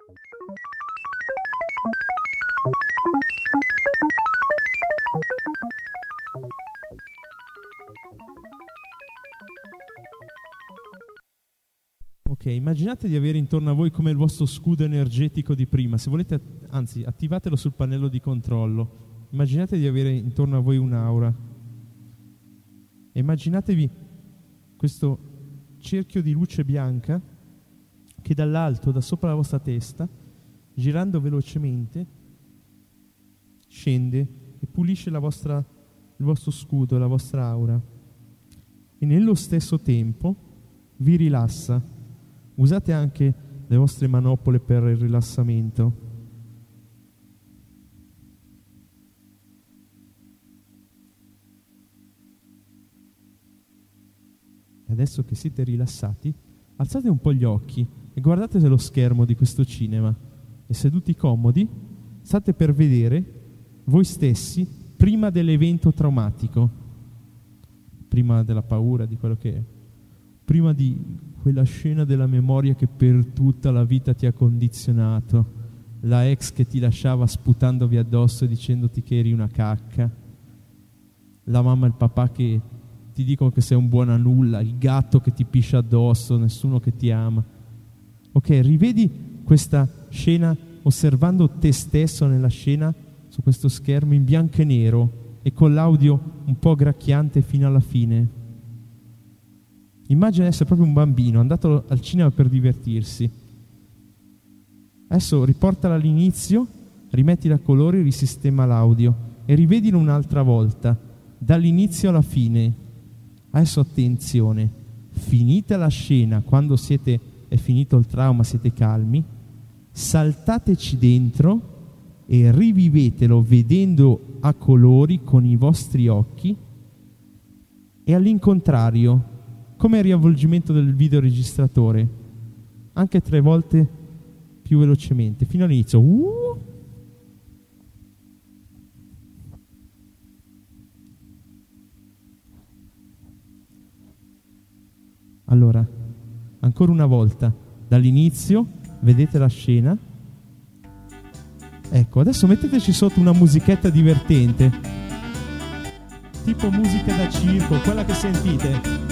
Ok, immaginate di avere intorno a voi come il vostro scudo energetico di prima. Se volete, anzi, attivatelo sul pannello di controllo. Immaginatevi di avere intorno a voi un'aura. E immaginatevi questo cerchio di luce bianca che dall'alto, da sopra la vostra testa, girando velocemente, scende e pulisce il vostro scudo, la vostra aura. E nello stesso tempo vi rilassa. Usate anche le vostre manopole per il rilassamento. E adesso che siete rilassati, alzate un po' gli occhi e guardate lo schermo di questo cinema. E seduti comodi, state per vedere voi stessi prima dell'evento traumatico, prima della paura, di quello che è, prima di quella scena della memoria che per tutta la vita ti ha condizionato, la ex che ti lasciava sputandovi addosso e dicendoti che eri una cacca, la mamma e il papà che ti dicono che sei un buon a nulla, il gatto che ti piscia addosso, nessuno che ti ama. Ok, rivedi questa scena osservando te stesso nella scena su questo schermo in bianco e nero e con l'audio un po' gracchiante fino alla fine. Immagina di essere proprio un bambino andato al cinema per divertirsi. Adesso riportala all'inizio, rimettila a colori, risistema l'audio e rivedilo un'altra volta, dall'inizio alla fine. Adesso attenzione, finita la scena, quando è finito il trauma, siete calmi, saltateci dentro e rivivetelo vedendo a colori con i vostri occhi e all'incontrario, come il riavvolgimento del videoregistratore, anche 3 volte più velocemente, fino all'inizio. Allora, ancora una volta, dall'inizio, vedete la scena. Ecco, adesso metteteci sotto una musichetta divertente, tipo musica da circo, quella che sentite.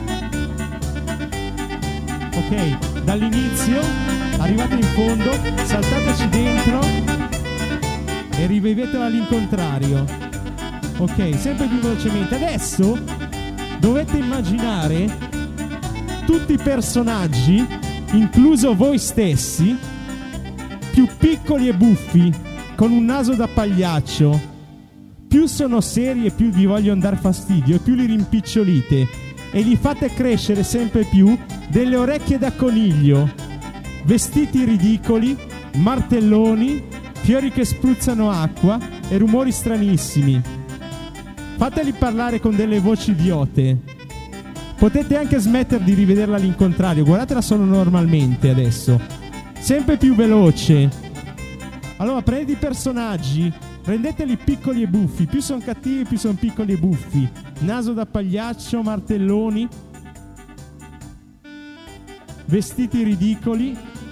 Ok, dall'inizio, arrivate in fondo, saltateci dentro e rivivetela all'incontrario. Ok, sempre più velocemente. Adesso dovete immaginare tutti i personaggi, incluso voi stessi, più piccoli e buffi, con un naso da pagliaccio. Più sono seri e più vi vogliono dar fastidio e più li rimpicciolite e gli fate crescere sempre più delle orecchie da coniglio, vestiti ridicoli, martelloni, fiori che spruzzano acqua e rumori stranissimi. Fateli parlare con delle voci idiote. Potete anche smettere di rivederla all'incontrario, guardatela solo normalmente adesso, sempre più veloce. Allora prendete i personaggi, rendeteli piccoli e buffi, più sono cattivi più sono piccoli e buffi, naso da pagliaccio, martelloni, vestiti ridicoli.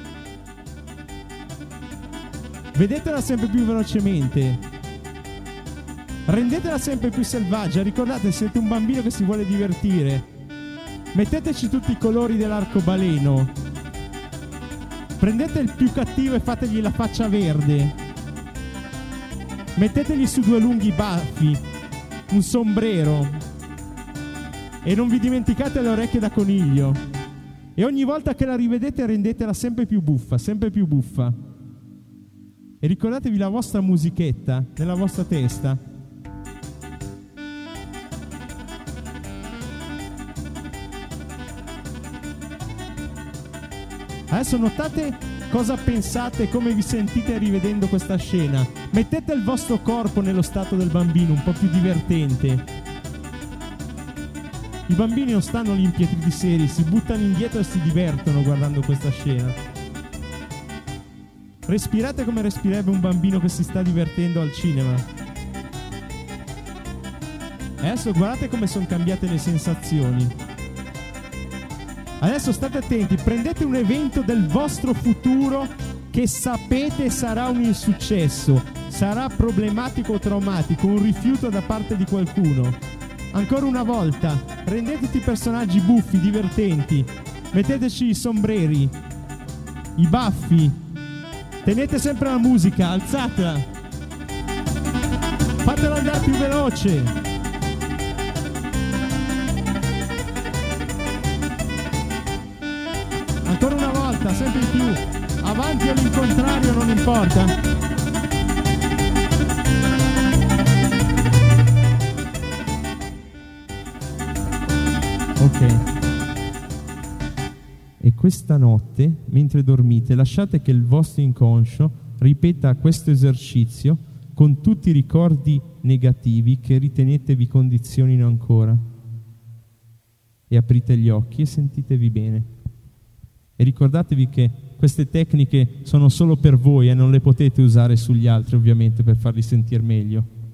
Vedetela sempre più velocemente, rendetela sempre più selvaggia. Ricordate, siete un bambino che si vuole divertire. Metteteci tutti i colori dell'arcobaleno. Prendete il più cattivo e fategli la faccia verde. Mettetegli su 2 lunghi baffi, un sombrero e non vi dimenticate le orecchie da coniglio. E ogni volta che la rivedete rendetela sempre più buffa, sempre più buffa. E ricordatevi la vostra musichetta nella vostra testa. Adesso notate cosa pensate, come vi sentite rivedendo questa scena. Mettete il vostro corpo nello stato del bambino, un po' più divertente. I bambini non stanno lì impietriti seri, si buttano indietro e si divertono guardando questa scena. Respirate come respirerebbe un bambino che si sta divertendo al cinema. Adesso guardate come sono cambiate le sensazioni. Adesso state attenti, prendete un evento del vostro futuro che sapete sarà un insuccesso, sarà problematico o traumatico, un rifiuto da parte di qualcuno. Ancora una volta, rendeteti personaggi buffi, divertenti, metteteci i sombreri, i baffi, tenete sempre la musica, alzatela, fatelo andare più veloce. Ancora una volta, sempre di più, avanti all'incontrario, non importa. Ok. E questa notte, mentre dormite, lasciate che il vostro inconscio ripeta questo esercizio con tutti i ricordi negativi che ritenete vi condizionino ancora. E aprite gli occhi e sentitevi bene. E ricordatevi che queste tecniche sono solo per voi e non le potete usare sugli altri, ovviamente, per farli sentire meglio.